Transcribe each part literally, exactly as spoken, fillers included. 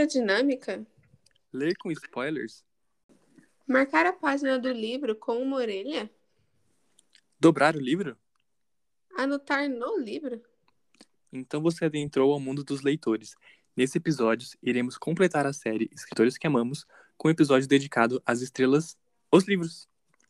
Leitura dinâmica? Ler com spoilers? Marcar a página do livro com uma orelha? Dobrar o livro? Anotar no livro? Então você adentrou ao mundo dos leitores. Nesse episódio, iremos completar a série Escritores que Amamos com um episódio dedicado às estrelas, os livros.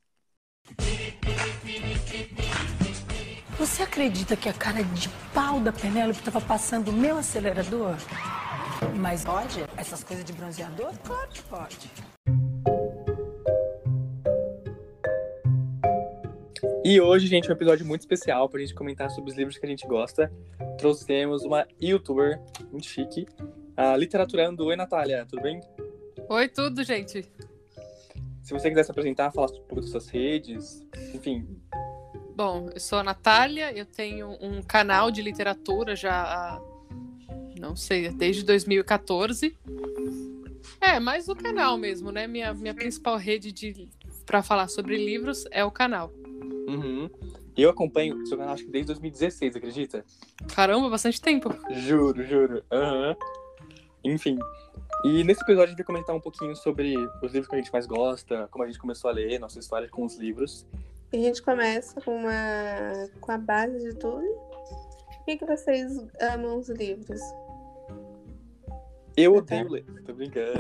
Você acredita que a cara de pau da Penélope estava passando o meu acelerador? Mas pode? Essas coisas de bronzeador? Claro que pode. E hoje, gente, é um episódio muito especial pra gente comentar sobre os livros que a gente gosta. Trouxemos uma youtuber muito chique, a Literaturando. Oi, Natália, tudo bem? Oi, tudo, gente. Se você quiser se apresentar, falar um pouco das suas redes, enfim. Bom, eu sou a Natália, eu tenho um canal de literatura já há, não sei, desde dois mil e quatorze. É, mais o canal mesmo, né? Minha, minha principal rede de, pra falar sobre livros é o canal. Uhum. Eu acompanho o seu canal acho que desde dois mil e dezesseis, acredita? Caramba, bastante tempo. Juro, juro. Uhum. Enfim. E nesse episódio a gente vai comentar um pouquinho sobre os livros que a gente mais gosta, como a gente começou a ler, nossa história com os livros. E a gente começa com, uma... com a base de tudo. Por que, que vocês amam os livros? Eu odeio ler, tô brincando.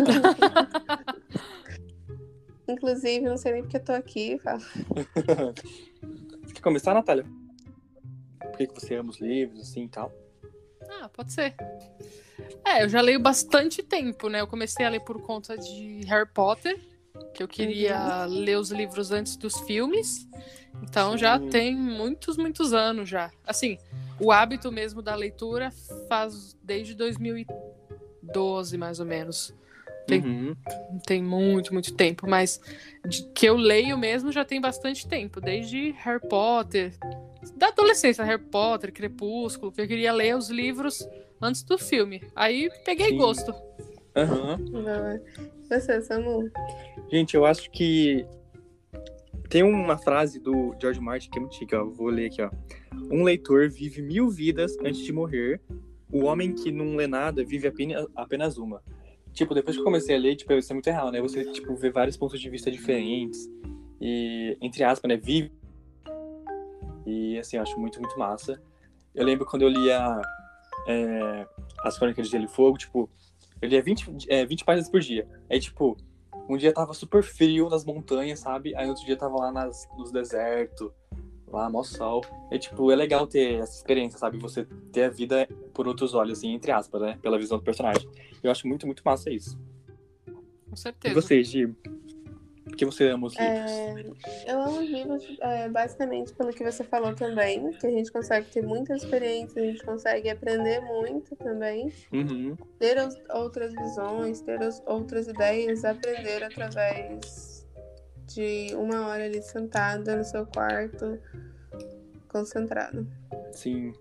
Inclusive, não sei nem porque eu tô aqui. Fala. Você quer começar, Natália? Por que, que você ama os livros, assim, e tal? Ah, pode ser. É, eu já leio bastante tempo, né? Eu comecei a ler por conta de Harry Potter, que eu queria uhum. ler os livros antes dos filmes. Então Sim. já tem muitos, muitos anos já. Assim, o hábito mesmo da leitura faz desde dois mil e doze, mais ou menos. Tem, uhum. tem muito, muito tempo, mas de que eu leio mesmo já tem bastante tempo, desde Harry Potter, da adolescência, Harry Potter, Crepúsculo, que eu queria ler os livros antes do filme. Aí peguei Sim. gosto. Uhum. Você, Samu? Gente, eu acho que tem uma frase do George Martin que é muito chique, ó. Vou ler aqui, ó. Um leitor vive mil vidas antes de morrer. O homem que não lê nada vive apenas, apenas uma. Tipo, depois que eu comecei a ler, tipo, isso é muito real, né? Você, tipo, vê vários pontos de vista diferentes. E, entre aspas, né? Vive. E, assim, eu acho muito, muito massa. Eu lembro quando eu lia é, As Crônicas de Gelo e Fogo, tipo, eu lia vinte, é, vinte páginas por dia. Aí, tipo, um dia tava super frio nas montanhas, sabe? Aí, outro dia tava lá nas, nos desertos, lá, mó sol. E, tipo, é legal ter essa experiência, sabe? Você ter a vida por outros olhos, assim, entre aspas, né? Pela visão do personagem. Eu acho muito, muito massa isso. Com certeza. E você, Gi? Por que você ama os livros? É, eu amo os livros é, basicamente pelo que você falou também, que a gente consegue ter muita experiência, a gente consegue aprender muito também, uhum. ter os, outras visões, ter os, outras ideias, aprender através de uma hora ali sentada no seu quarto, concentrado. Sim.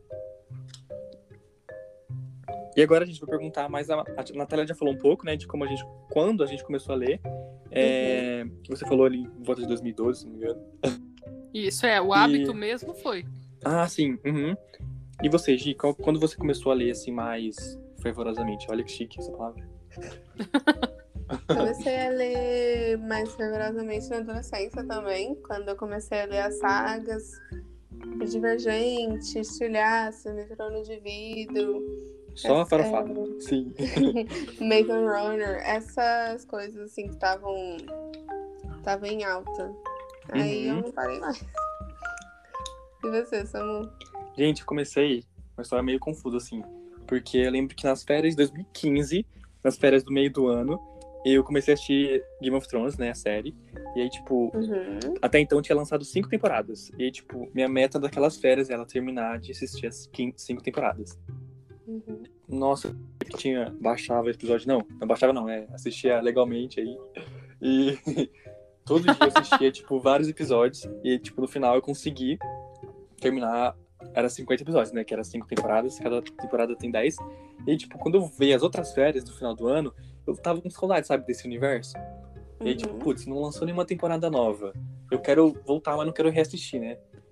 E agora a gente vai perguntar mais, a, a Natália já falou um pouco, né, de como a gente, quando a gente começou a ler, é, uhum. que você falou ali em volta de dois mil e doze, se não me engano. Isso, é, o hábito e... mesmo foi. Ah, sim, uhum. E você, Gi, quando você começou a ler, assim, mais fervorosamente? Olha que chique essa palavra. Comecei a ler mais fervorosamente na adolescência também, quando eu comecei a ler as sagas Divergente, Estilhaço, Metrônomo de Vidro... Só uma farofada, é... sim. Maze Runner, essas coisas assim que estavam estavam em alta. Aí uhum. eu não parei mais. E você, Samu? Gente, eu comecei uma história meio confusa, assim. Porque eu lembro que nas férias de dois mil e quinze, nas férias do meio do ano, eu comecei a assistir Game of Thrones, né, a série. E aí, tipo, uhum. até então tinha lançado cinco temporadas. E aí, tipo, minha meta daquelas férias era terminar de assistir as cinco temporadas. Uhum. Nossa, que tinha, baixava episódio, não, não baixava não, é, assistia legalmente aí, e todo dia eu assistia, tipo, vários episódios, e, tipo, no final eu consegui terminar, era cinquenta episódios, né, que era cinco temporadas, cada temporada tem dez, e, tipo, quando eu veio as outras férias do final do ano, eu tava com saudade, sabe, desse universo, e aí, tipo, putz, não lançou nenhuma temporada nova, eu quero voltar, mas não quero reassistir, né,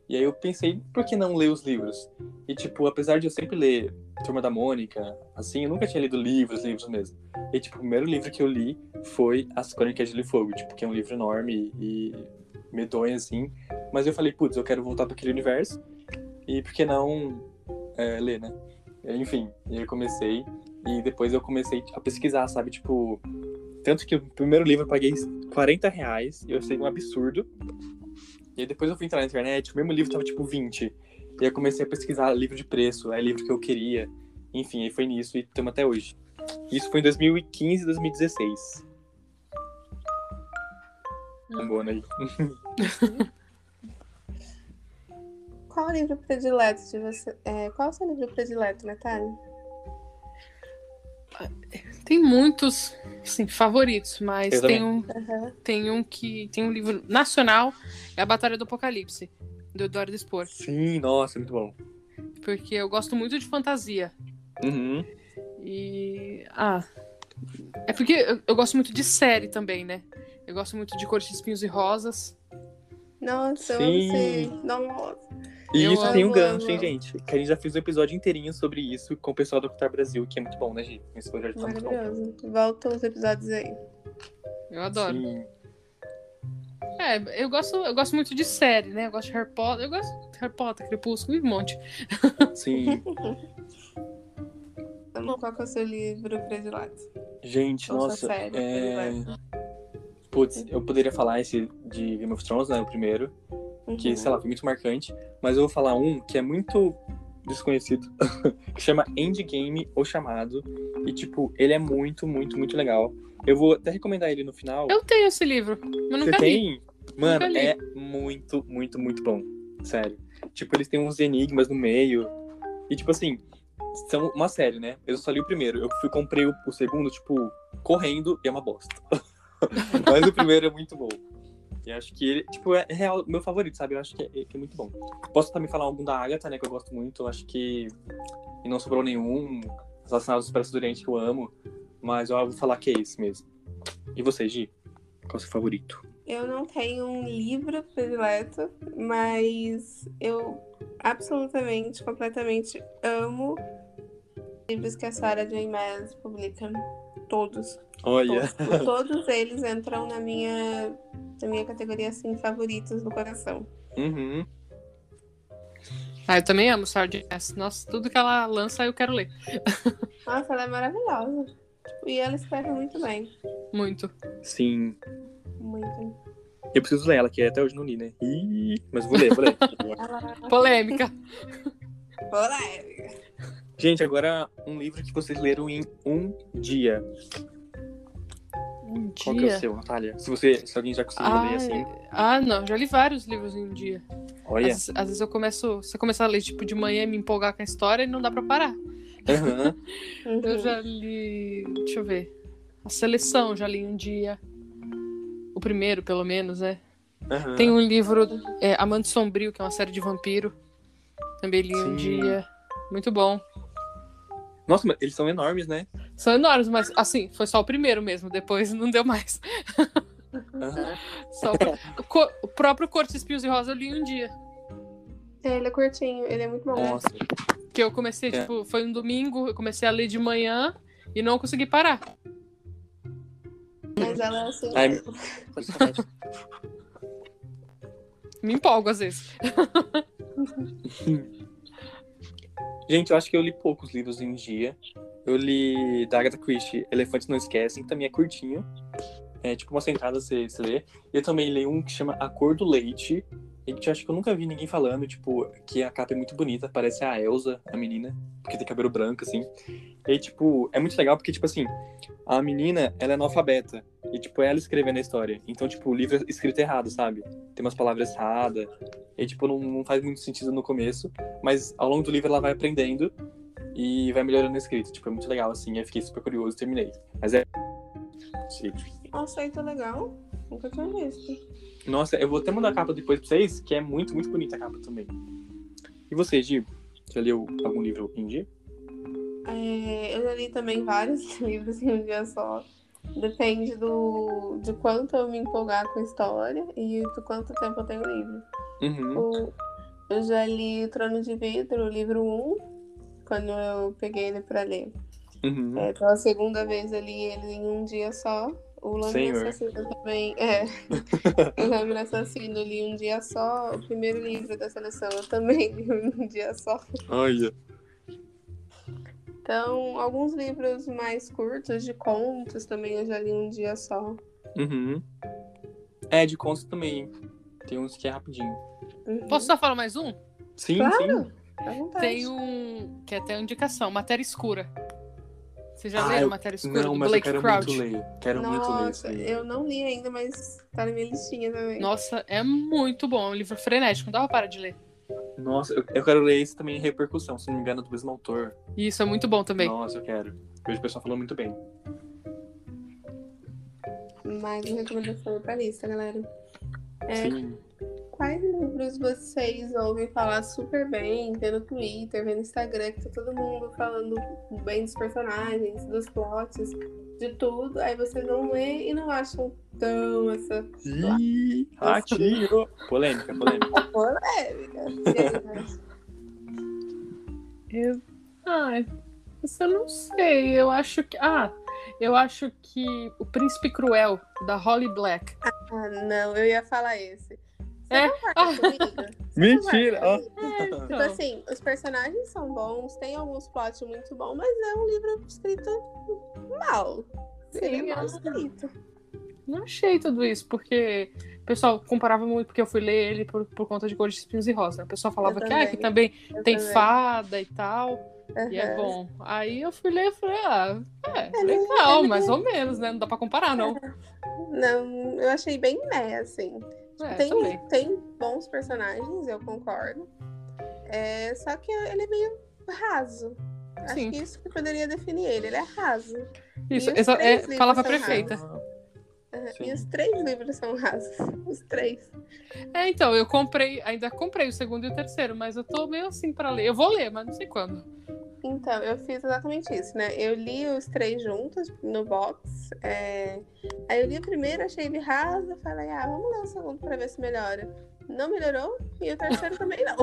E aí eu pensei, por que não ler os livros? E, tipo, apesar de eu sempre ler Turma da Mônica, assim, eu nunca tinha lido livros, livros mesmo. E, tipo, o primeiro livro que eu li foi As Crônicas de Gelo e Fogo, tipo, que é um livro enorme e medonho, assim. Mas eu falei, putz, eu quero voltar para aquele universo. E por que não é, ler, né? Enfim, e aí eu comecei. E depois eu comecei a pesquisar, sabe? Tipo, tanto que o primeiro livro eu paguei quarenta reais. E eu achei um absurdo. E aí depois eu fui entrar na internet, o mesmo livro tava tipo vinte. E aí eu comecei a pesquisar livro de preço, é livro que eu queria. Enfim, aí foi nisso e estamos até hoje. Isso foi em dois mil e quinze, dois mil e dezesseis. Um bom aí. Qual o livro predileto de você? É, qual é o seu livro predileto, Natália? Tem muitos, assim, favoritos, mas Eu tem também. um, Uhum. tem um que tem um livro nacional, é A Batalha do Apocalipse, do Eduardo Spor. Sim, nossa, muito bom. Porque eu gosto muito de fantasia. Uhum. E. Ah. É porque eu, eu gosto muito de série também, né? Eu gosto muito de Cor de Espinhos e Rosas. Nossa, eu Sim. amo esse. Nossa. E Eu isso tem um amo, gancho, amo. hein, gente? Que a gente já fez um episódio inteirinho sobre isso com o pessoal do Octar Brasil, que é muito bom, né, Gi? Esse episódio tá muito bom. Maravilhoso. Volta os episódios aí. Eu adoro. Sim. É, eu gosto, eu gosto muito de série, né? Eu gosto de Harry Potter. Eu gosto de Harry Potter, Crepúsculo e um monte. Sim. Qual que é o seu livro predileto? Gente, Ou sua nossa. série É... predileta? Putz, eu poderia falar esse de Game of Thrones, né? O primeiro. Que, Uhum. sei lá, foi muito marcante. Mas eu vou falar um que é muito desconhecido. Que chama Endgame, O Chamado. E, tipo, ele é muito, muito, muito legal. Eu vou até recomendar ele no final. Eu tenho esse livro, mas Você nunca li. tem? Mano, Nunca li. é muito, muito, muito bom. Sério. Tipo, eles têm uns enigmas no meio. E, tipo assim, são uma série, né? Eu só li o primeiro. Eu fui comprei o, o segundo, tipo, correndo e é uma bosta. Mas o primeiro é muito bom. E acho que ele, tipo, é real, meu favorito, sabe? Eu acho que é, que é muito bom. Posso também falar algum da Agatha, né? Que eu gosto muito. Eu acho que e não sobrou nenhum. Assassinatos do Expresso do Oriente, que eu amo. Mas eu vou falar que é esse mesmo. E você, Gi? Qual é o seu favorito? Eu não tenho um livro predileto, mas eu absolutamente, completamente amo livros que a Sarah J. Maas publica. Todos. Olha. Todos, todos eles entram na minha, na minha categoria, assim, favoritos do coração. Uhum. Ah, eu também amo Sarah J. Maas. Nossa, tudo que ela lança eu quero ler. Nossa, ela é maravilhosa. Tipo, e ela escreve muito bem. Muito. Sim. Muito. Eu preciso ler ela, que até hoje não li, né? Ih, mas vou ler, vou ler. Ela... Polêmica. Polêmica. Gente, agora um livro que vocês leram em um dia. Um Qual que é o dia. seu, Natália? Se, você, se alguém já conseguiu Ah, ler assim. ah, não, já li vários livros em um dia. Olha. Às, às vezes eu começo, você começa a ler tipo de manhã e me empolgar com a história e não dá pra parar. Aham. Uhum. Eu já li, deixa eu ver, A Seleção, já li em um dia. O primeiro, pelo menos, né? Aham. Tem um livro, é, Amante Sombrio, que é uma série de vampiro. Também li um Sim. dia. Muito bom. Nossa, mas eles são enormes, né? São enormes, mas assim, foi só o primeiro mesmo, depois não deu mais. Aham. Só o, pr- o co- o próprio Cor de Espinhos e Rosa eu li em um dia. Ele é curtinho, ele é muito bom. Nossa. Que eu comecei, É. tipo, foi um domingo, eu comecei a ler de manhã e não consegui parar. Mas ela é assim. Ai, Me empolgo às vezes. Gente, eu acho que eu li poucos livros em um dia. Eu li da Agatha Christie, Elefantes Não Esquecem, também é curtinho. É tipo uma sentada você, você lê. Eu também li um que chama A Cor do Leite. E que eu acho que eu nunca vi ninguém falando, tipo, que a capa é muito bonita, parece a Elsa, a menina, porque tem cabelo branco, assim. E, tipo, é muito legal porque, tipo assim, a menina, ela é analfabeta. E, tipo, ela escrevendo a história. Então, tipo, o livro é escrito errado, sabe? Tem umas palavras erradas. E, tipo, não, não faz muito sentido no começo. Mas, ao longo do livro, ela vai aprendendo e vai melhorando a escrita. Tipo, é muito legal, assim. Eu fiquei super curioso e terminei. Mas é... Sim. Nossa, aí tá legal. Nunca tinha visto. Nossa, eu vou até mandar a capa depois pra vocês, que é muito, muito bonita a capa também. E você, Gi? Já leu algum livro em dia? É, eu já li também vários livros em um dia só. Depende do, de quanto eu me empolgar com a história e do quanto tempo eu tenho livre. Uhum. O, Eu já li Trono de Vidro, o livro um, quando eu peguei ele pra ler. Uhum. É, pela segunda vez eu li ele em um dia só. O Lâmina Senhor. Assassina também. É. O Lâmina Assassina eu li um dia só. O primeiro livro da seleção eu também li um dia só. Olha. Então, alguns livros mais curtos, de contos, também eu já li um dia só. Uhum. É, de contos também. Tem uns que é rapidinho. Uhum. Posso só falar mais um? Sim, Claro. sim. À vontade. Tem um que é até uma indicação, Matéria Escura. Vocês já Ah, leram eu- Matéria Escura Não, do mas Blake eu quero Crouch? muito ler. Quero muito ler isso Nossa, aí. eu não li ainda, mas tá na minha listinha também. Nossa, é muito bom. É um livro frenético, não dava para de ler. Nossa, eu, eu quero ler esse também em Repercussão, se não me engano, do mesmo autor. E isso é muito bom também. Nossa, eu quero. Vejo o pessoal falando muito bem. Mais uma recomendação pra lista, galera. É, Sim. quais livros vocês ouvem falar super bem, vê no Twitter, vê no Instagram, que tá todo mundo falando bem dos personagens, dos plots, de tudo, aí vocês não lêem e não acham tão essa Ih, ratinho. Polêmica, polêmica. polêmica. E aí, né? Eu... Ai, isso eu não sei. Eu acho que. Ah, eu acho que O Príncipe Cruel, da Holly Black. Ah, não, eu ia falar esse. Você É? concorda Ah. comigo? Você Mentira! concorda Ó. comigo? Tipo Então, assim, os personagens são bons, tem alguns plots muito bons, mas é um livro escrito mal. Ele é Sim, mal é. escrito. não achei tudo isso, porque o pessoal comparava muito, porque eu fui ler ele por, por conta de Cor de Espinhos e Rosa. O pessoal falava Eu que, ah, que também Eu tem também. fada e tal. E é Aham. bom. Aí eu fui ler e falei, ah, é, Ele- legal, ele- mais ou menos, né? Não dá pra comparar, não. Não, eu achei bem meh, assim. É, tem, também. tem bons personagens, eu concordo. É, só que ele é meio raso. Acho Sim. que isso que poderia definir ele. Ele é raso. Isso, E os essa três é livros palavra são perfeita. Aham. Sim. E os três livros são rasos. Os três. É, então, eu comprei, ainda comprei o segundo e o terceiro, mas eu tô meio assim pra ler. Eu vou ler, mas não sei quando. Então, eu fiz exatamente isso, né? Eu li os três juntos no box. é, Aí eu li o primeiro, achei ele raso. Falei, ah, vamos ler o segundo pra ver se melhora. Não melhorou. E o terceiro também não.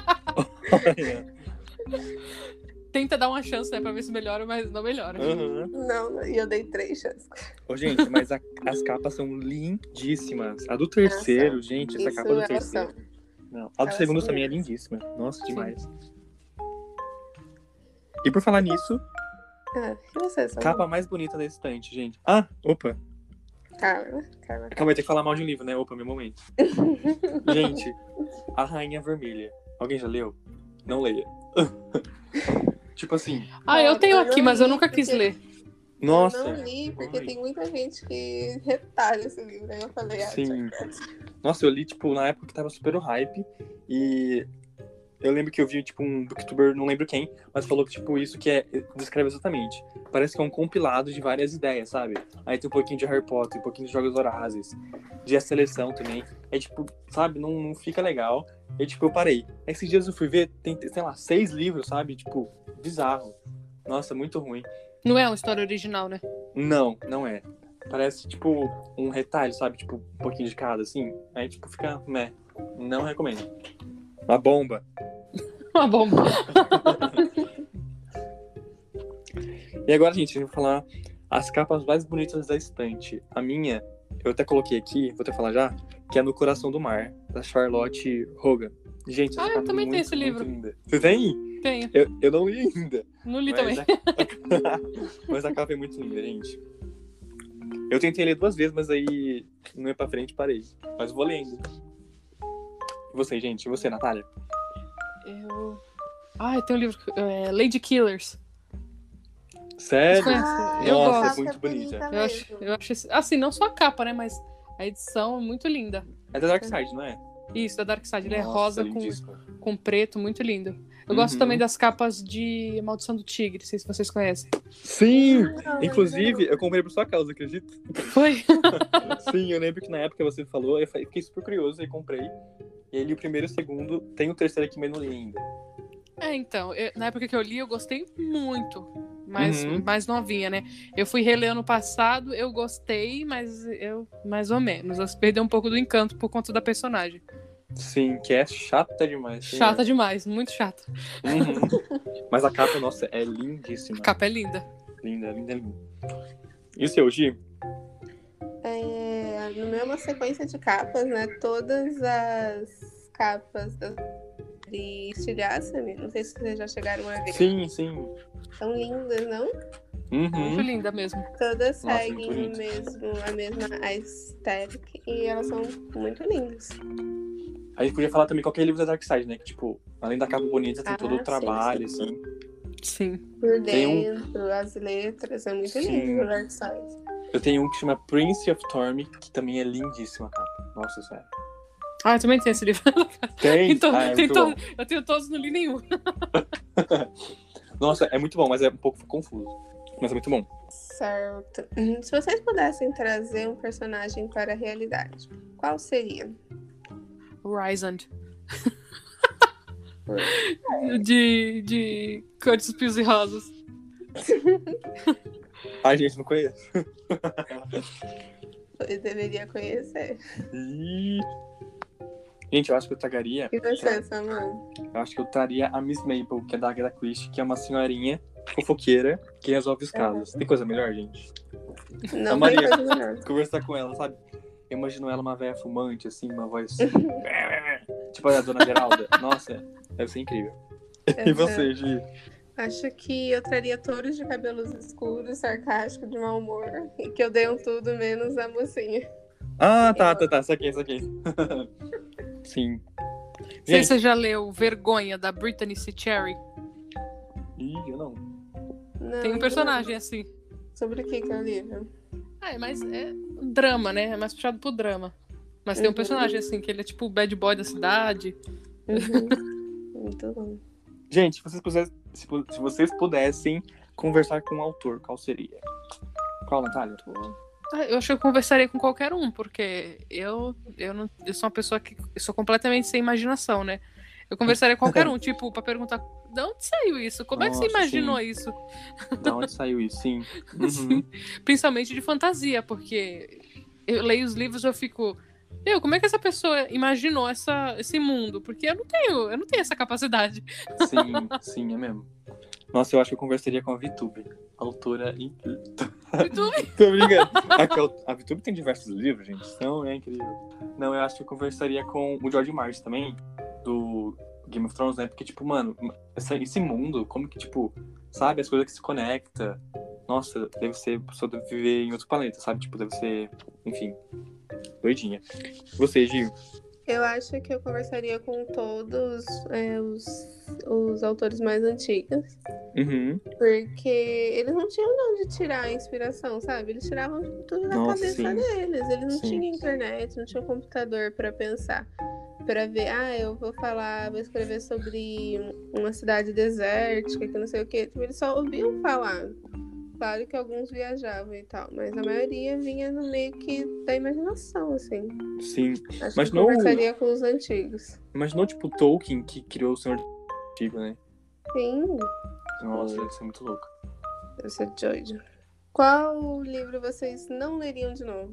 Tenta dar uma chance, né, pra ver se melhora, mas não melhora. Aham. Não, e eu dei três chances. Ô, gente, mas a- as capas são lindíssimas. A do terceiro, gente, essa Isso capa do elas terceiro. são. Não, a do Elas segundo são também é lindas. lindíssima. Nossa, demais. E por falar nisso, Ah, e você, Samu? capa mais bonita da estante, gente. Ah, opa. Calma, calma. Acabei de ter que falar mal de um livro, né? Opa, meu momento. Gente, A Rainha Vermelha. Alguém já leu? Não leia. Tipo assim, Ah, eu tenho Eu aqui, não mas eu li nunca quis porque- ler. nossa. Eu não li, porque Oi. tem muita gente que retalha esse livro. Aí eu falei, ah, Sim. tchau. Nossa, eu li, tipo, na época que tava super o hype. E eu lembro que eu vi, tipo, um booktuber, não lembro quem, mas falou que, tipo, isso que é. Descreve exatamente. Parece que é um compilado de várias ideias, sabe? Aí tem um pouquinho de Harry Potter, um pouquinho de Jogos Vorazes, de A Seleção também. É tipo, sabe, não, não fica legal. E tipo, eu parei. Esses dias eu fui ver, tem, sei lá, seis livros, sabe? Tipo, bizarro. Nossa, muito ruim. Não é uma história original, né? Não, não é. Parece, tipo, um retalho, sabe? Tipo, um pouquinho de cada, assim. Aí, tipo, fica, né? Não recomendo. Uma bomba. Uma bomba. E agora, gente, eu vou falar as capas mais bonitas da estante. A minha, eu até coloquei aqui, vou até falar já, que é No Coração do Mar, da Charlotte Hogan. Gente, essa Ah, eu capa também é tenho muito, esse livro. muito linda. Você tem? Tenho. Eu, eu não li ainda. Não li Mas também. a... mas a capa é muito linda, gente. Eu tentei ler duas vezes, mas aí não ia pra frente e parei. Mas vou ler ainda. E você, gente? E você, Natália? Eu... Ah, tem um livro, é, Lady Killers. Sério? Conhece? Ah, Eu Nossa, gosto. é muito bonita. Eu acho, eu acho esse- assim, não só a capa, né, mas a edição é muito linda. É da Dark Side, não é? Isso, da Dark Side, ele é Nossa, rosa com, lindíssima. com preto, muito lindo. Eu Uhum. gosto também das capas de Maldição do Tigre, não sei se vocês conhecem. Sim! Não, Inclusive, ainda eu comprei por sua causa, acredita? Foi? Sim, eu lembro que na época você falou, eu fiquei super curioso e comprei. E aí li o primeiro e o segundo, tem o terceiro aqui, mas não li ainda. É, então, eu- na época que eu li, eu gostei muito. Mais, Uhum. mais novinha, né? Eu fui reler ano passado, eu gostei, mas eu mais ou menos. Eu perdi um pouco do encanto por conta da personagem. Sim, que é chata demais. Chata demais, muito chata. Uhum. Mas a capa, nossa, é lindíssima. A capa é linda. Linda, linda, linda. E o seu, Gi? É, no meu é uma sequência de capas, né? Todas as capas da de Estilhaça-me, não sei se vocês já chegaram a ver. Sim, sim. São lindas, não? Muito Uhum. linda mesmo. Todas Nossa, seguem muito o lindo. mesmo, a mesma aesthetic e elas são muito lindas. A gente podia falar também qualquer livro da Dark Side, né? Que, tipo, além da capa bonita, tem Ah, todo o sim, trabalho, sim. assim. Sim. Por Tem um- dentro, as letras, é muito Sim. lindo o Dark Side. Eu tenho um que chama Prince of Storm, que também é lindíssima a capa. Nossa, sério. Ah, eu também tenho esse livro. Tem? Então, Ah, é tem muito to- bom. eu tenho todos, não li nenhum. Nossa, é muito bom, mas é um pouco confuso. Mas é muito bom. Certo. Hum, Se vocês pudessem trazer um personagem para a realidade, qual seria? Ryzand. de, de Cores, Pios e Rosas. Ai, gente, não conheço. Eu deveria conhecer. Ih. Gente, eu acho que eu tragaria... E você, Samuel? Eu acho que eu traria a Miss Maple, que é da Agatha Christie, que é uma senhorinha fofoqueira que resolve os casos. Tem coisa melhor, gente? Não A Maria. tem coisa melhor. Conversar com ela, sabe? Eu imagino ela uma velha fumante, assim, uma voz... tipo a Dona Geralda. Nossa, deve ser incrível. E você, Gi? Acho que eu traria touros de cabelos escuros, sarcástico, de mau humor. E que eu dei um tudo menos a mocinha. Ah, tá, tá, tá. Saquei, saquei. Sim. Não sei se Gente. você já leu Vergonha, da Brittany C. Cherry. Ih, eu não. Não, Tem um personagem assim. não. Sobre o que que é o livro? Ah, é mais é drama, né? É mais puxado pro drama. Mas tem um Uhum. personagem assim, que ele é tipo o bad boy da cidade. Uhum. Muito bom. Gente, se vocês, pudessem, se, pu- se vocês pudessem conversar com um autor, qual seria? Qual, Natália? Ah, eu acho que eu conversaria com qualquer um, porque eu, eu, não, eu sou uma pessoa que eu sou completamente sem imaginação, né? Eu conversaria com qualquer um, tipo, pra perguntar de onde saiu isso? Como é que você Nossa, imaginou sim. isso? Da onde saiu isso? Sim. Uhum. Sim. Principalmente de fantasia, porque eu leio os livros e eu fico. Meu, como é que essa pessoa imaginou essa, esse mundo? Porque eu não tenho, eu não tenho essa capacidade. Sim, sim, é mesmo. Nossa, eu acho que eu conversaria com a VTube. Autora incrível. Então, Tô brincando. É que a VTube tem diversos livros, gente. Então é incrível. Não, eu acho que eu conversaria com o George Martin também, do Game of Thrones, né? Porque, tipo, mano, essa, esse mundo, como que, tipo, sabe, as coisas que se conectam. Nossa, deve ser, a pessoa deve viver em outro planeta, sabe? Tipo, deve ser, enfim, doidinha. Você, Gil? Eu acho que eu conversaria com todos é, os, os autores mais antigos. Uhum. Porque eles não tinham de onde tirar a inspiração, sabe? Eles tiravam tudo da Nossa, cabeça sim. deles. Eles não Sim. tinham internet, não tinham computador pra pensar. Pra ver, ah, eu vou falar, vou escrever sobre uma cidade desértica, que não sei o quê. Tipo, eles só ouviam falar. Claro que alguns viajavam e tal, mas a maioria vinha no meio que da imaginação, assim. Sim. Acho Mas que não- eu conversaria com os antigos. Imaginou, tipo, Tolkien, que criou o Senhor Antigo, né? Sim, Nossa, deve ser muito louco. deve ser doido. Qual livro vocês não leriam de novo?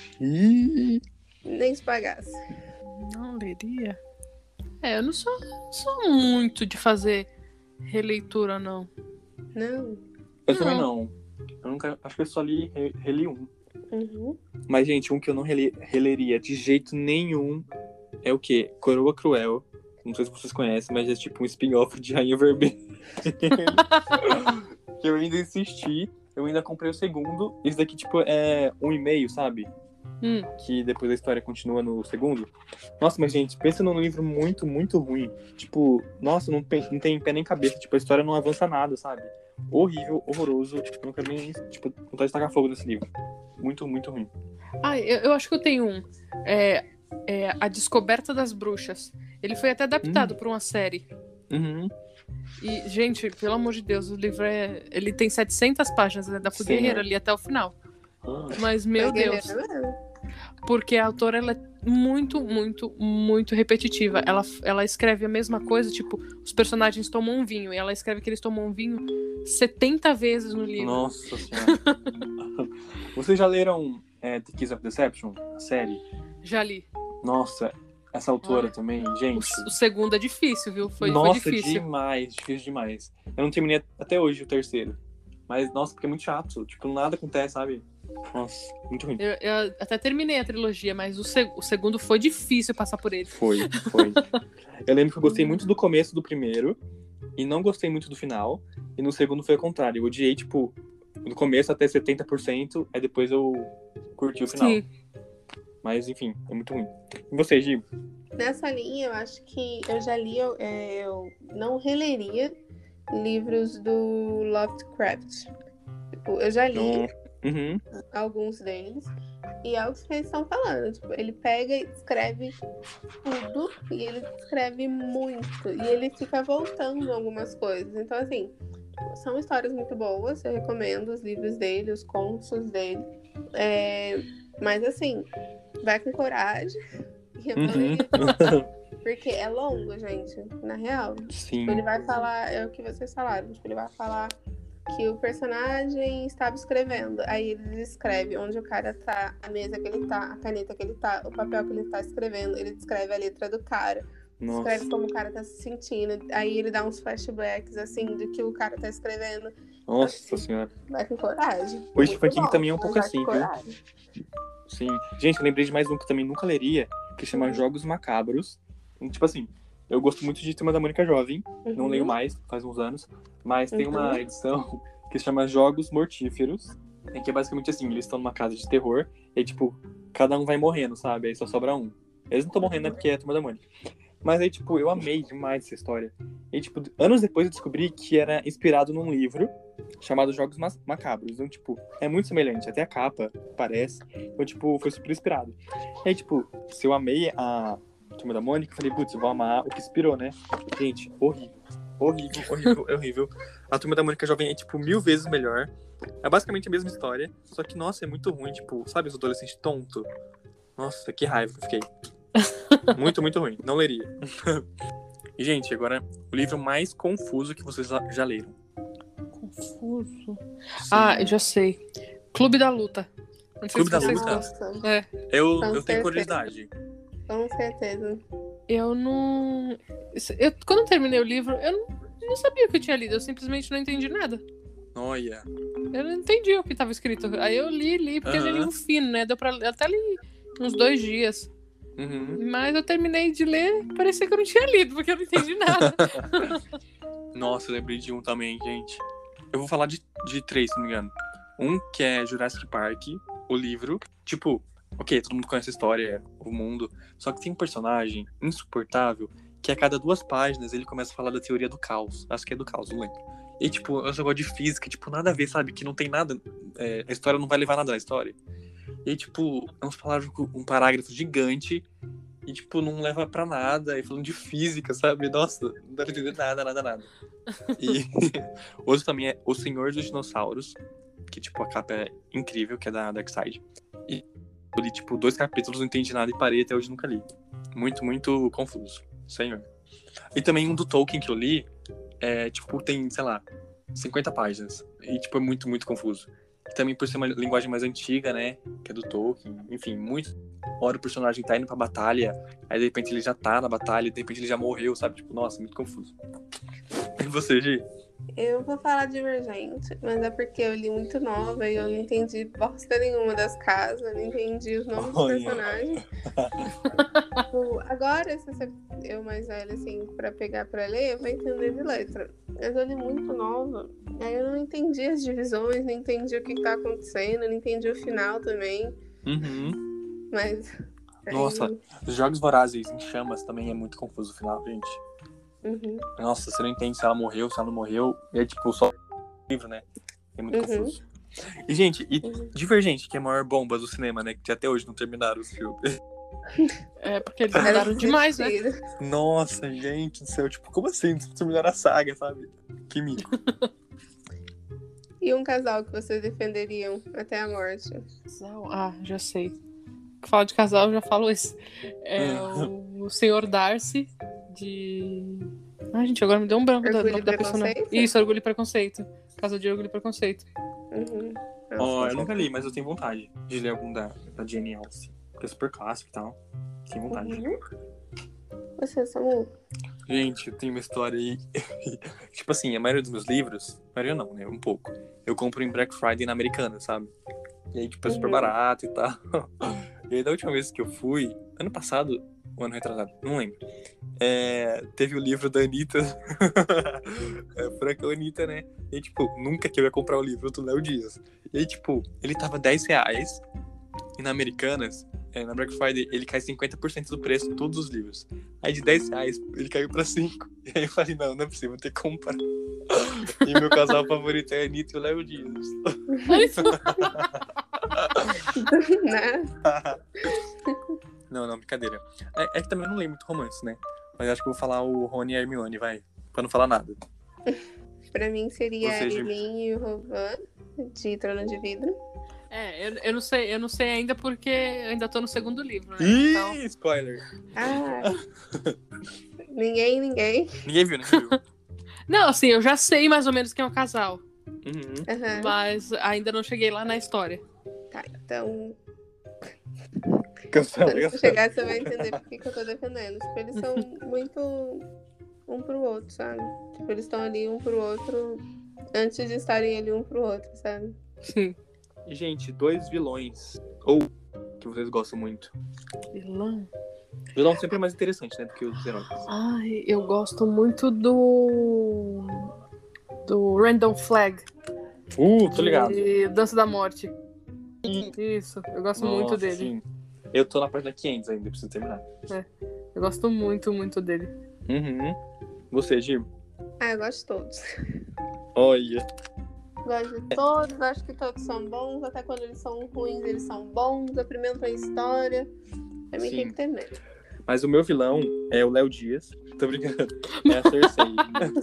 Ih, Nem se pagasse. não leria. É, eu não sou, sou muito de fazer releitura, não. Não? eu também não. Eu nunca. Acho que eu só li, re- reli um. Uhum. Mas, gente, um que eu não rele- releria de jeito nenhum é o quê? Coroa Cruel. Não sei se vocês conhecem, mas é tipo um spin-off de Rainha Vermelha. Que eu ainda insisti. Eu ainda comprei o segundo. Esse daqui, tipo, é um e meio, sabe? Hum. Que depois a história continua no segundo. Nossa, mas, gente, pensa num livro muito, muito ruim. Tipo, nossa, não tem, não tem pé nem cabeça. Tipo, a história não avança nada, sabe? Horrível, horroroso. Eu não quero nem, tipo, vontade de tacar fogo nesse livro. Muito, muito ruim. Ah, eu, eu acho que eu tenho um. É, é A Descoberta das Bruxas. Ele foi até adaptado pra uma série. Uhum. E, gente, pelo amor de Deus, o livro é. Ele tem setecentas páginas, né? Da Sim, Guerreira é. ali até o final. Ah, Mas, meu Foi Deus. guerreira mesmo. Porque a autora, ela é muito, muito, muito repetitiva. Ela, ela escreve a mesma coisa, tipo, os personagens tomam um vinho. E ela escreve que eles tomam um vinho setenta vezes no livro. Nossa senhora. Vocês já leram é, The Kiss of Deception? A série? Já li. Nossa, Essa autora Olha, também, O, gente. o segundo é difícil, viu? Foi, foi Nossa, difícil. demais, difícil demais. Eu não terminei até hoje o terceiro. Mas, nossa, porque é muito chato. Tipo, nada acontece, sabe? Nossa, muito ruim. Eu, eu até terminei a trilogia, mas o, seg- o segundo foi difícil passar por ele. Foi, foi. Eu lembro que eu gostei muito do começo do primeiro e não gostei muito do final. E no segundo foi o contrário. Eu odiei, tipo, do começo até setenta por cento, aí depois eu curti o final. Sim. Mas, enfim, é muito ruim. E você, Gi? Nessa linha, eu acho que eu já li, eu, é, eu não releria livros do Lovecraft. Tipo, eu já li Não. Uhum. alguns deles. E é o que vocês estão falando. Tipo, ele pega e escreve tudo. E ele escreve muito. E ele fica voltando em algumas coisas. Então, assim, são histórias muito boas. Eu recomendo os livros dele, os contos dele. É, mas, assim, vai com coragem. E Uhum. porque é longo, gente. Na real. Sim. Ele vai falar, é o que vocês falaram. Tipo, ele vai falar que o personagem estava escrevendo. Aí ele descreve onde o cara tá, a mesa que ele tá, a caneta que ele tá, o papel que ele tá escrevendo. Ele descreve a letra do cara. Nossa. Descreve como o cara tá se sentindo. Aí ele dá uns flashbacks, assim, do que o cara tá escrevendo. Nossa senhora. Vai com coragem. O Stephen Muito King bom, também é um mas pouco vai assim, com viu? coragem. Sim. Gente, eu lembrei de mais um que eu também nunca leria, que chama Jogos Macabros. Tipo assim, eu gosto muito de Turma da Mônica Jovem. Não Uhum. leio mais, faz uns anos. Mas tem Uhum. uma edição que se chama Jogos Mortíferos. Em que é basicamente assim, eles estão numa casa de terror. E tipo, cada um vai morrendo, sabe? Aí só sobra um. Eles não estão morrendo, né? Porque é a Turma da Mônica. Mas aí, tipo, eu amei demais essa história. E, tipo, anos depois eu descobri que era inspirado num livro chamado Jogos Ma- Macabros. Então, tipo, é muito semelhante. Até a capa parece. Então, tipo, foi super inspirado. E aí, tipo, se eu amei a Turma da Mônica, eu falei, putz, eu vou amar o que inspirou, né? Gente, horrível. Horrível, horrível, horrível. A Turma da Mônica Jovem é, tipo, mil vezes melhor. É basicamente a mesma história. Só que, nossa, é muito ruim. Tipo, sabe os adolescentes tontos? Nossa, que raiva que eu fiquei. Muito, muito ruim. Não leria. E, gente, agora, o livro mais confuso que vocês já já leram. Confuso. Sim. Ah, eu já sei. Clube da Luta. Não sei Clube se da vocês Luta? gostam. Nossa, É, Eu, Com eu tenho certeza. curiosidade. com certeza. eu não. Eu, quando eu terminei o livro, eu não, não sabia o que eu tinha lido. Eu simplesmente não entendi nada. Olha. Eu não entendi o que estava escrito. Aí eu li, li, porque ele é Aham. livro fino, né? Deu pra, eu até li uns dois dias. Uhum. Mas eu terminei de ler, parecia que eu não tinha lido, porque eu não entendi nada. Nossa, eu lembrei de um também, gente. Eu vou falar de, de três, se não me engano. Um que é Jurassic Park, o livro. Tipo, ok, todo mundo conhece a história, o mundo. Só que tem um personagem insuportável que a cada duas páginas ele começa a falar da teoria do caos. Acho que é do caos, não lembro. E, tipo, eu só gosto de física, tipo, nada a ver, sabe? Que não tem nada. É, a história não vai levar nada na história. E, tipo, é uns palavras com um parágrafo gigante e, tipo, não leva pra nada. E falando de física, sabe? Nossa, não dá pra entender nada, nada, nada. E outro também é O Senhor dos Dinossauros, que, tipo, a capa é incrível, que é da Darkseid. E eu li, tipo, dois capítulos, não entendi nada e parei, até hoje nunca li. Muito, muito confuso. Senhor. E também um do Tolkien que eu li, é, tipo, tem, sei lá, cinquenta páginas. E, tipo, é muito, muito confuso. E também por ser uma linguagem mais antiga, né? Que é do Tolkien. Enfim, muito. Hora o personagem tá indo pra batalha, aí de repente ele já tá na batalha, de repente ele já morreu, sabe? Tipo, nossa, muito confuso. E você, Gi? Eu vou falar Divergente, mas é porque eu li muito nova e eu não entendi bosta nenhuma das casas, não entendi os nomes dos Olha. personagens. Tipo, agora, se você, eu mais velha, assim, pra pegar pra ler, eu vou entender de letra. Mas eu li muito nova, aí eu não entendi as divisões, não entendi o que tá acontecendo, não entendi o final também, Uhum. mas... aí- Nossa, os Jogos Vorazes em Chamas também é muito confuso o final, gente. Uhum. Nossa, você não entende se ela morreu, se ela não morreu. E é tipo só o livro, né? É muito Uhum. confuso. E, gente, e Uhum. Divergente, que é a maior bomba do cinema, né? Que até hoje não terminaram os filmes. É, porque eles Era mudaram demais, né? divertido. Nossa, gente do céu. Tipo, como assim? Não terminaram a saga, sabe? Que mico. E um casal que vocês defenderiam até a morte? Casal? Ah, já sei. Fala de casal, eu já falo esse. É Hum. o, o senhor Darcy, de. Ai, gente, agora me deu um branco do Orgulho nome e da pessoa. Não. Preconceito? Isso, Orgulho e Preconceito. Casa de Orgulho e Preconceito. Uhum. Ó, Nossa, eu nunca li, mas eu tenho vontade de ler algum da, da Jane Austen. Porque é super clássico e tal. Tenho vontade. Uhum. Você, Samu? Gente, tem uma história aí. Tipo assim, a maioria dos meus livros, a maioria não, né? Um pouco. Eu compro em Black Friday na Americana, sabe? E aí, tipo, é super Uhum. barato e tal. E aí, da última vez que eu fui, ano passado, ou ano retrasado, não lembro. É, teve o livro da Anitta. É, Franca Anitta, né? E aí, tipo, nunca que eu ia comprar o livro do Léo Dias. E aí, tipo, ele tava dez reais. E na Americanas, é, na Black Friday, ele cai cinquenta por cento do preço, todos os livros. Aí de dez reais, ele caiu pra cinco. E aí eu falei, não, não é possível, vou ter que comprar. E meu casal favorito é a Anitta e o Léo Dias. Né? Não, não, brincadeira. É, é que também eu não leio muito romance, né? Mas acho que eu vou falar o Rony e a Hermione, vai. Pra não falar nada. Pra mim seria Você, a Gi? Eileen e o Rovan, de Trono de Vidro. É, eu, eu não sei, eu não sei ainda porque eu ainda tô no segundo livro, né? Ih, Então, spoiler. Ah, ninguém, ninguém. Ninguém viu, ninguém viu. não, assim, eu já sei mais ou menos quem é o casal, Uhum. Aham. mas ainda não cheguei lá na história. Tá, então, Cancela, quando você cancela. chegar, você vai entender por que que eu tô defendendo. Tipo, eles são muito um pro outro, sabe? Tipo, eles estão ali um pro outro antes de estarem ali um pro outro, sabe? Sim. E, gente, dois vilões. Ou que vocês gostam muito. Vilão. Vilão sempre é mais interessante, né? Do que os heróis. Ai, eu gosto muito do. Do Random Flag. Uh, tô ligado. De Dança da Morte. Isso, eu gosto muito Nossa, dele. sim. Eu tô na página quinhentos ainda, preciso terminar. Eu gosto muito, muito dele. Uhum. Você, Gil? Ah, eu gosto de todos. Olha. Gosto de todos, acho que todos são bons, até quando eles são ruins, eles são bons, aprimenta a história. Pra mim Sim. tem que ter medo. Mas o meu vilão é o Léo Dias. Tô brincando. É a Cersei.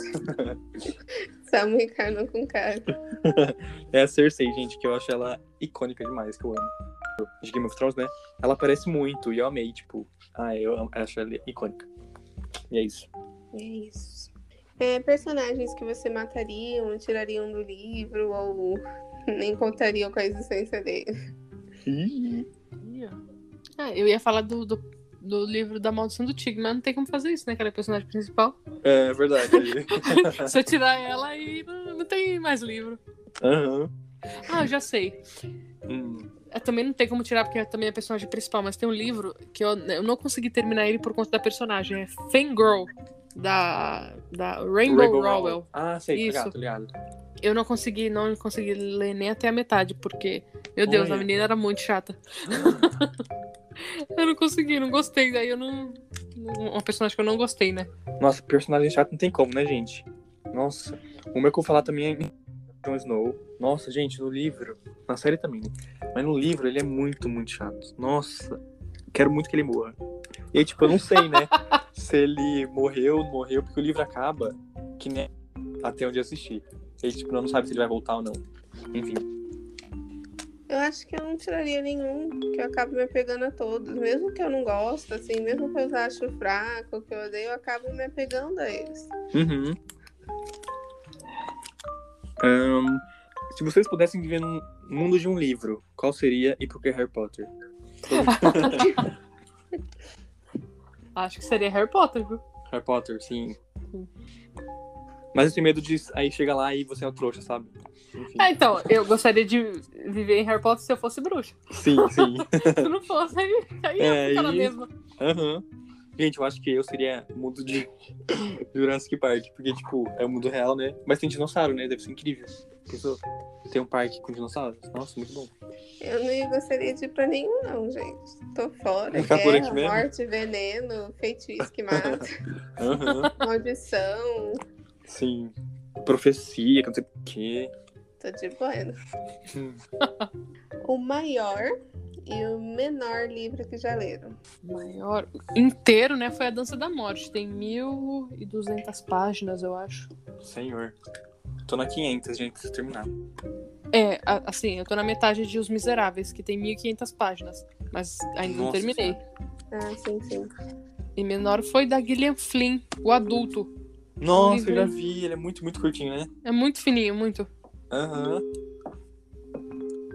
Samu encarnou com cara. É a Cersei, gente, que eu acho ela icônica demais, que eu amo. De Game of Thrones, né? Ela aparece muito e eu amei, tipo. Ah, eu amo- acho ela icônica. E é isso. É isso. É, personagens que você matariam, tirariam do livro, ou nem contariam com a existência dele. Ih. Ah, eu ia falar do, do, do livro da Maldição do Tigre, mas não tem como fazer isso, né? Que ela é a personagem principal. É verdade. Se eu tirar ela, aí não, não tem mais livro. Aham. Ah, eu já sei. Hum. É, também não tem como tirar porque é também a personagem principal, mas tem um livro que eu, eu não consegui terminar ele por conta da personagem. É Fangirl, da, da Rainbow, Rainbow Rowell. Ah, sei, tô Isso. ligado, tô ligado. Eu não consegui, não consegui ler nem até a metade, porque, meu Deus, Olha. a menina era muito chata. Eu não consegui, não gostei. Daí eu não. não- Uma personagem que eu não gostei, né? Nossa, personagem chato não tem como, né, gente? Nossa. O meu que eu vou falar também é Jon Snow. Nossa, gente, no livro. Na série também, né? Mas no livro ele é muito, muito chato. Nossa. Quero muito que ele morra. E aí, tipo, eu não sei, né? se ele morreu, não morreu, porque o livro acaba que nem até onde eu assisti. E aí, tipo, eu não sabe se ele vai voltar ou não. Enfim. Eu acho que eu não tiraria nenhum, que eu acabo me apegando a todos. Mesmo que eu não gosto, assim, mesmo que eu acho fraco, que eu odeio, eu acabo me apegando a eles. Uhum. Ahn, se vocês pudessem viver num mundo de um livro, qual seria e por que Harry Potter? Acho que seria Harry Potter, viu? Harry Potter, sim. Mas eu tenho medo de aí chegar lá e você é o trouxa, sabe? Enfim. Ah, então, eu gostaria de viver em Harry Potter se eu fosse bruxa. Sim, sim. Se não fosse, aí, aí É, ia ficar na e- mesma. Aham. Gente, eu acho que eu seria o mundo de Jurassic Park, porque, tipo, é o mundo real, né? Mas tem dinossauro, né? Deve ser incrível. Pensou? Tem um parque com dinossauros. Nossa, muito bom. Eu não gostaria de ir pra nenhum, não, gente. Tô fora. Ficar por Guerra, aqui mesmo? morte, veneno, feitiço que mata, Aham. maldição. Sim. Profecia, que não sei o quê. Tô de bueno. Hum. O maior e o menor livro que já leram. Maior inteiro, né? Foi a Dança da Morte. Tem mil e duzentas páginas, eu acho. Senhor. Tô na quinhentas, gente, preciso terminar. É, a- assim, eu tô na metade de Os Miseráveis, que tem mil e quinhentas páginas. Mas ainda não Nossa terminei. Ah, sim, sim. E menor foi da Gillian Flynn, o adulto. Nossa, eu já livro- vi. Ele é muito, muito curtinho, né? É muito fininho, muito. Aham.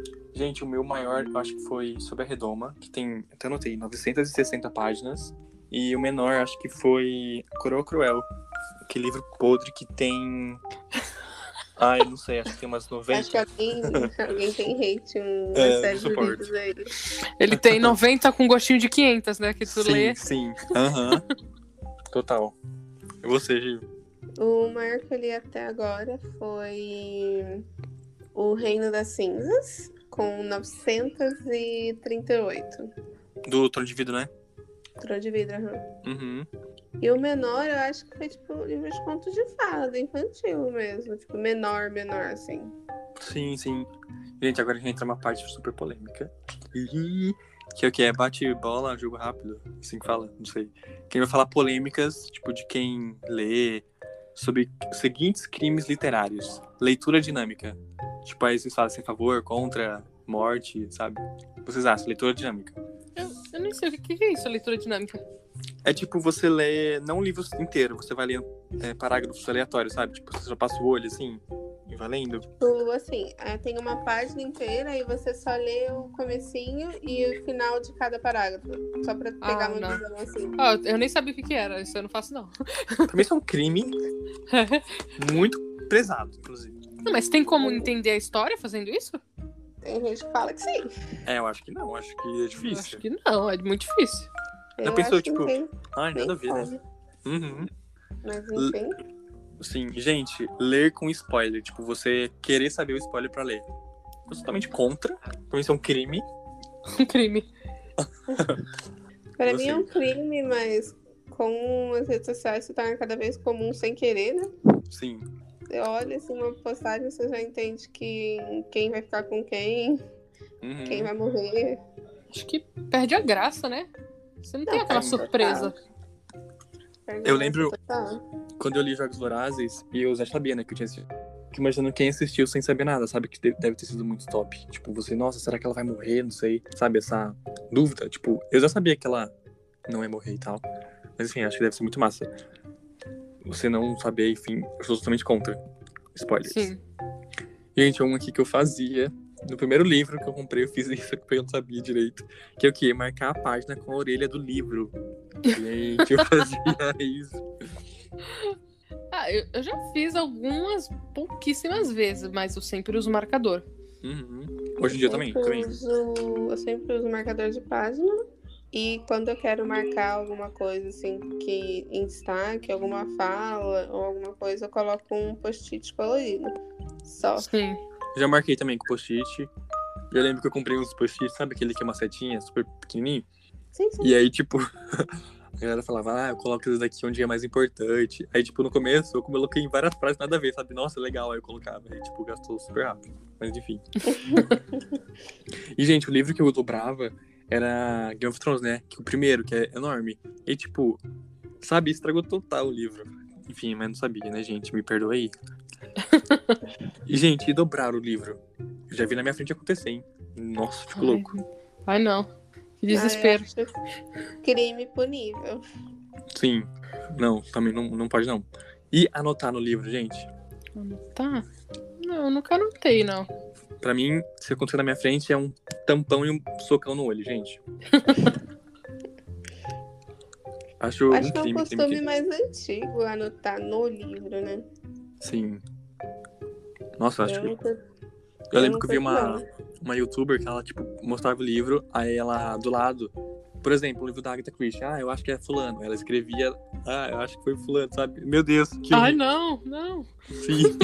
Gente, o meu maior, eu acho que foi sobre a Redoma, que tem, até anotei, novecentas e sessenta páginas. E o menor, acho que foi Coroa Cruel. Aquele livro podre que tem... Ai, não sei, acho que tem umas noventa. Acho que alguém, alguém tem hate, uma É, série de suporto. livros dele. Ele tem noventa com gostinho de quinhentos, né? Que tu sim, lê. sim. Aham. Total. E você, Gil? O maior que eu li até agora foi O Reino das Cinzas, com novecentos e trinta e oito. Do Trono de Vidro, né? Trono de Vidro, aham. Uhum. E o menor, eu acho que foi, tipo, um livro de contos de fada, infantil mesmo. Tipo, menor, menor, assim. Sim, sim. Gente, agora a gente entra numa parte super polêmica. Ih, que é o que? É bate bola, jogo rápido? Assim que fala? Não sei. Quem vai falar polêmicas, tipo, de quem lê sobre os seguintes crimes literários. Leitura dinâmica. Tipo, aí vocês falam se é a favor, contra, morte, sabe? Vocês acham? Leitura dinâmica. Eu, eu nem sei o que, que é isso, a leitura dinâmica. É tipo, você lê, não um livro inteiro, você vai ler é, parágrafos aleatórios, sabe? Tipo, você só passa o olho, assim, e vai lendo. Tipo, assim, é, tem uma página inteira e você só lê o comecinho e o final de cada parágrafo. Só pra pegar Ah, uma não. visão, assim. Ah, eu nem sabia o que, que era, isso eu não faço, não. Pra mim isso é um crime muito pesado, inclusive. Não, mas tem como entender a história fazendo isso? Tem gente que fala que sim. É, eu acho que não, acho que é Eu difícil. acho que não, é muito difícil. Eu pensou, acho que tipo, não tem Ai, nem nada a ver, né? como. Uhum. Mas enfim. Sim, gente, ler com spoiler, tipo, você querer saber o spoiler pra ler. Eu sou totalmente contra, pra mim isso é um crime. Um crime. Pra Você. mim é um crime, mas com as redes sociais se torna cada vez comum sem querer, né? Sim. Você olha assim uma postagem, você já entende que quem vai ficar com quem, Uhum. quem vai morrer. Acho que perde a graça, né? Você não, Não, tem aquela perde surpresa. Eu lembro- Total. Quando eu li Jogos Vorazes, e eu já sabia, né, que eu tinha assistido. Fico imaginando quem assistiu sem saber nada, sabe? Que de- deve ter sido muito top. Tipo, você, nossa, será que ela vai morrer? Não sei. Sabe, essa dúvida. Tipo, eu já sabia que ela não ia morrer e tal. Mas enfim, acho que deve ser muito massa. Você não saber, enfim, eu sou totalmente contra spoilers. Sim. Gente, um aqui que eu fazia. No primeiro livro que eu comprei, eu fiz isso porque eu não sabia direito. Que é o quê? Marcar a página com a orelha do livro. Gente, eu fazia isso. Ah, eu, eu já fiz algumas pouquíssimas vezes, mas eu sempre uso marcador. Uhum. Hoje em dia também, sempre também. Uso, eu sempre uso marcador de página. E quando eu quero marcar alguma coisa assim que em destaque, alguma fala ou alguma coisa, eu coloco um post-it colorido. Só. Sim. Já marquei também com post-it. Eu lembro que eu comprei uns post-it, sabe aquele que é uma setinha super pequenininho? Sim, sim. E aí, tipo, a galera falava, ah, eu coloco isso daqui onde é mais importante. Aí, tipo, no começo, eu coloquei em várias frases nada a ver, sabe? Nossa, legal. Aí eu colocava, aí, tipo, gastou super rápido. Mas, enfim. E, gente, o livro que eu dobrava era Game of Thrones, né? Que o primeiro, que é enorme. E, tipo, sabe, estragou total o livro. Enfim, mas não sabia, né, gente? Me perdoa aí. E, gente, e dobrar o livro? Eu já vi na minha frente acontecer, hein? Nossa, ficou Ai. louco. Ai, não. Que desespero. Ah, eu acho crime punível. Sim. Não, também não, não pode, não. E anotar no livro, gente? Tá. Não, nunca anotei, não. Pra mim, se acontecer na minha frente, é um tampão e um socão no olho, gente. Acho, Acho um que é um crime, costume crime, crime. mais antigo anotar no livro, né? Sim. Nossa, acho que... nunca- Eu lembro que eu vi nunca uma, vi, uma youtuber que ela, tipo, mostrava o livro, aí ela, do lado, por exemplo, o livro da Agatha Christie, ah, eu acho que é fulano. Ela escrevia, ah, eu acho que foi fulano, sabe? Meu Deus, que Ai, horrível. não, não. Sim.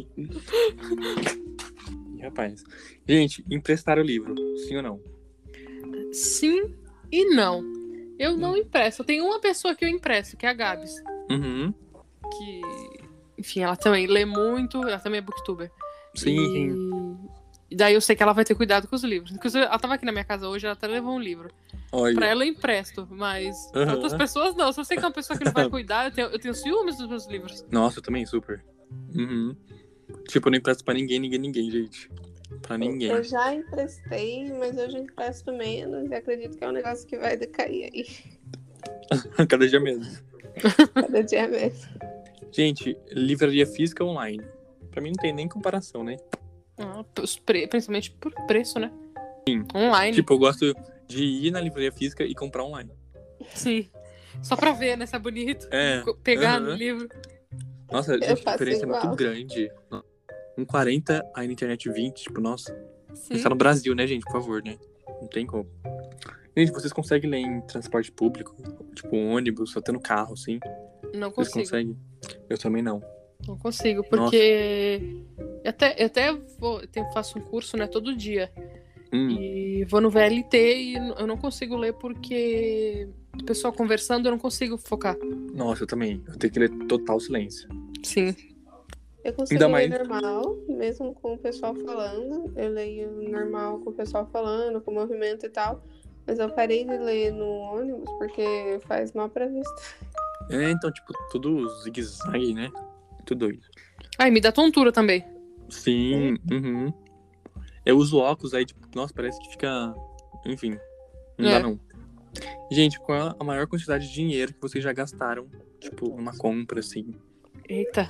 E, rapaz. Gente, emprestar o livro, sim ou não? Sim e não. Eu não empresto. Eu tenho uma pessoa que eu empresto, que é a Gabs. Uhum. Que, enfim, ela também lê muito, ela também é booktuber. Sim, e... sim. e daí eu sei que ela vai ter cuidado com os livros. Inclusive, ela tava aqui na minha casa hoje, ela até levou um livro. Olha. Pra ela eu empresto, mas Aham. outras pessoas não. Se eu sei que é uma pessoa que não vai cuidar, eu tenho, eu tenho ciúmes dos meus livros. Nossa, eu também, super. Uhum. Tipo, eu não empresto pra ninguém, ninguém, ninguém, gente. Pra ninguém. Eu já emprestei, mas hoje eu empresto menos e acredito que é um negócio que vai decair aí. Cada dia menos. Cada dia mesmo. Gente, livraria física ou online? Pra mim não tem nem comparação, né? Ah, os pre... Principalmente por preço, né? Sim. Online. Tipo, eu gosto de ir na livraria física e comprar online. Sim. Só pra ver, né? Se é bonito. É. Pegar Uhum. no livro. Nossa, Eu gente, a faço diferença é igual. muito grande. Um quarenta, aí na internet vinte, tipo, nossa. Sim. Pensar no Brasil, né, gente? Por favor, né? Não tem como. Gente, vocês conseguem ler em transporte público? Tipo, ônibus, até no carro, assim? Não Vocês consigo. conseguem? Eu também não. Não consigo, porque eu até, eu até vou, eu tenho- faço um curso, né, todo dia. Hum, E vou no V L T e eu não consigo ler porque o pessoal conversando eu não consigo focar. Nossa, eu também. Eu tenho que ler total silêncio. Sim. Eu consigo Ainda ler mais- normal, mesmo com o pessoal falando. Eu leio normal com o pessoal falando, com movimento e tal. Mas eu parei de ler no ônibus porque faz mal pra vista. É, então, tipo, tudo zigue-zague, né? Muito doido. Ai, me dá tontura também. Sim, uhum. Eu uso óculos, aí, tipo, nossa, parece que fica... Enfim, não É. dá não. Gente, qual é a maior quantidade de dinheiro que vocês já gastaram, tipo, numa compra, assim? Eita.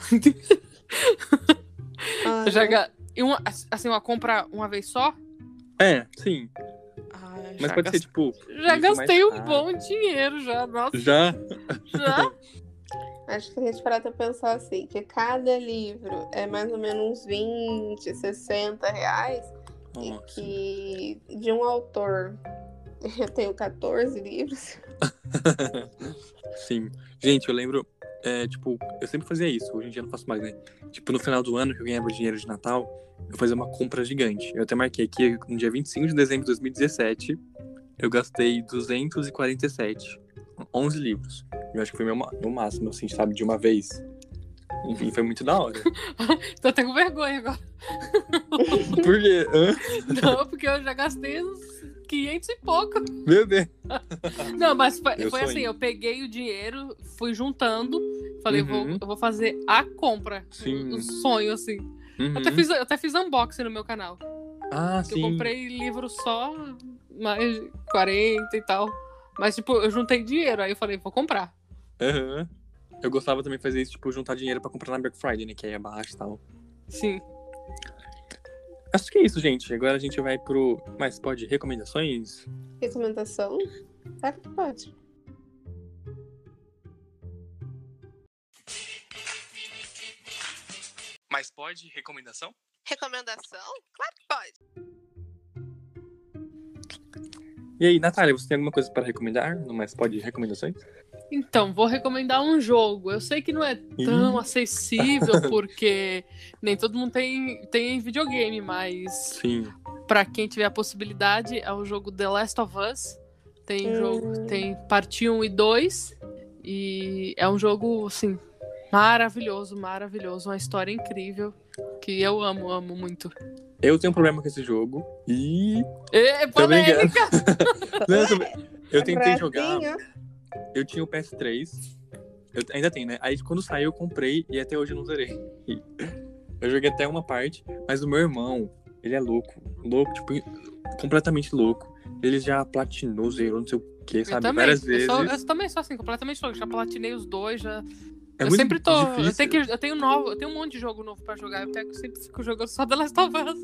Ah, Eu já ga- e uma, assim, uma compra uma vez só? É, sim. Ah, Mas já pode gas- ser, tipo... Já livro gastei mais um caro. bom dinheiro já, nossa. Já? Já? Acho que a gente para pra pensar assim, que cada livro é mais ou menos uns vinte, sessenta reais. E Nossa. que de um autor eu tenho quatorze livros. Sim. Gente, eu lembro, é, tipo, eu sempre fazia isso, hoje em dia eu não faço mais, né? Tipo, no final do ano que eu ganhava dinheiro de Natal, eu fazia uma compra gigante. Eu até marquei aqui, no dia vinte e cinco de dezembro de dois mil e dezessete, eu gastei duzentos e quarenta e sete. onze livros. Eu acho que foi meu, ma- meu máximo, assim, sabe, de uma vez. Enfim, foi muito da hora. Tô até com vergonha agora. Por quê? Hã? Não, porque eu já gastei uns quinhentos e pouco. Meu Deus. Não, mas foi, Eu foi sou assim, aí. eu peguei o dinheiro, fui juntando, falei, Uhum. vou, eu vou fazer a compra. Sim. O, o sonho, assim. Uhum. Eu até fiz, eu até fiz unboxing no meu canal. Ah, Que sim. eu comprei livro só, mais de quarenta e tal. Mas, tipo, eu juntei dinheiro, aí eu falei, vou comprar. Aham. Eu gostava também de fazer isso, tipo, juntar dinheiro pra comprar na Black Friday, né? Que aí é baixo e tal. Sim. Acho que é isso, gente. Agora a gente vai pro... Mas pode recomendações? Recomendação? Claro que pode. Mas pode recomendação? Recomendação? Claro que pode. E aí, Natália, você tem alguma coisa para recomendar? No Mas pode recomendações? Então, vou recomendar um jogo. Eu sei que não é tão Ih. acessível, porque nem todo mundo tem, tem videogame, mas Sim. pra quem tiver a possibilidade, é o jogo The Last of Us. Tem Hum. jogo, tem parte um e dois. E é um jogo, assim, maravilhoso, maravilhoso. Uma história incrível. Que eu amo, amo muito. Eu tenho um problema com esse jogo. E... É Tô brincando. polêmica! Não, eu, tô- eu tentei jogar... Ratinho. Eu tinha o P S três. Eu ainda tenho, né? Aí quando saiu eu comprei e até hoje eu não zerei. Eu joguei até uma parte, mas o meu irmão, ele é louco. Louco, tipo, completamente louco. Ele já platinou, zerou, não sei o que, Eu sabe? também. Várias Eu, vezes. sou- eu também sou assim, completamente louco. Já platinei os dois, já. É eu muito sempre tô. Eu difícil. tenho, que, eu tenho novo, eu tenho um monte de jogo novo pra jogar. Eu pego, sempre fico jogando só The Last of Us.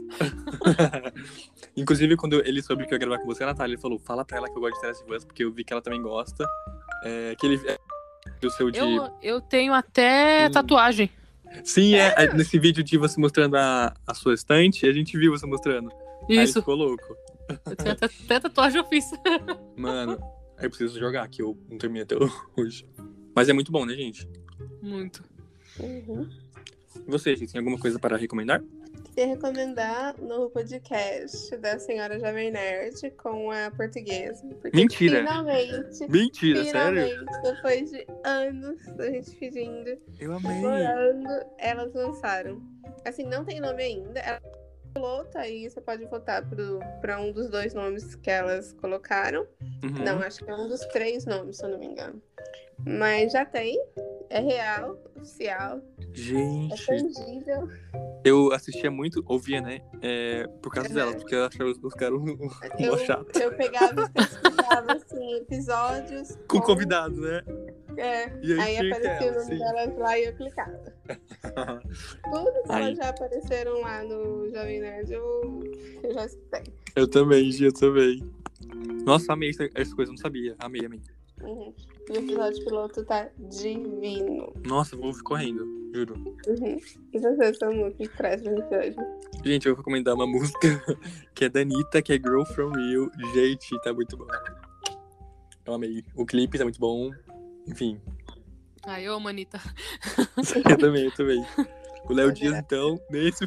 Inclusive, quando ele soube que eu ia gravar com você, a Natália, ele falou, fala pra ela que eu gosto de The Last of Us, porque eu vi que ela também gosta. É, que ele... O seu de... Eu, eu tenho até Hum. tatuagem. Sim, é, é, nesse vídeo de você mostrando a, a sua estante, a gente viu você mostrando. Aí ele Isso. ficou louco. Eu tenho até, até tatuagem eu fiz. Mano, aí eu preciso jogar, que eu não terminei até hoje. Mas é muito bom, né, gente? Muito. Uhum. E você, gente, tem alguma coisa para recomendar? Queria recomendar o novo podcast da Senhora Jovem Nerd com a portuguesa. Porque Mentira. Finalmente, Mentira, sério? finalmente, depois de anos da gente pedindo, Eu amei. explorando, elas lançaram. Assim, não tem nome ainda. Ela falou, tá aí, você pode votar pro, pra um dos dois nomes que elas colocaram. Uhum. Não, acho que é um dos três nomes, se eu não me engano. Mas já tem. É real, oficial, é Gente, tangível. eu assistia muito, ouvia, né? É, por causa delas, porque eu achava os caras um, um Eu, mó chato. eu pegava e pesquisava assim, episódios. Com convidados, né? É, E aí, aí tinha aparecia o aquela, nome assim. delas lá e eu clicava. Tudo que Aí. elas já apareceram lá no Jovem Nerd, eu, eu já escutei. Eu também, Gia, eu também. Nossa, amei essa, essa coisa, eu não sabia. Amei, amei. Uhum. E o episódio piloto tá divino. Nossa, vou ouvir correndo, juro. Uhum. E você, Samu, o que traz pra gente hoje? Gente, eu vou recomendar uma música que é da Anitta, que é Girl From Real. Gente, tá muito bom. Eu amei. O clipe tá muito bom. Enfim. Ah, eu amo a Anitta. Eu também, eu também. O Léo Dias, então, nesse...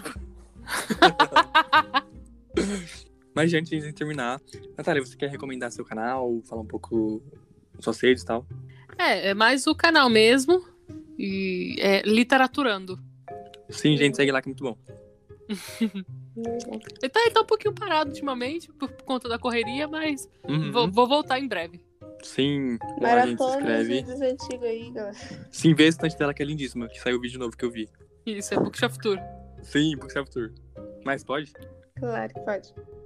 Mas antes de terminar, Natália, você quer recomendar seu canal? Falar um pouco suas redes e tal? É, é mais o canal mesmo. E é Literaturando. Sim, gente, segue lá que é muito bom. Ele tá, ele tá um pouquinho parado ultimamente por, por conta da correria, mas Uhum. vou, vou voltar em breve. Sim, lá a gente se Maratona de inscreve. vídeos antigos aí, galera. Sim, vê a estante dela que é lindíssima, que saiu o vídeo novo que eu vi. Isso, é Bookshelf Tour. Sim, Bookshelf Tour. Mas pode? Claro que pode.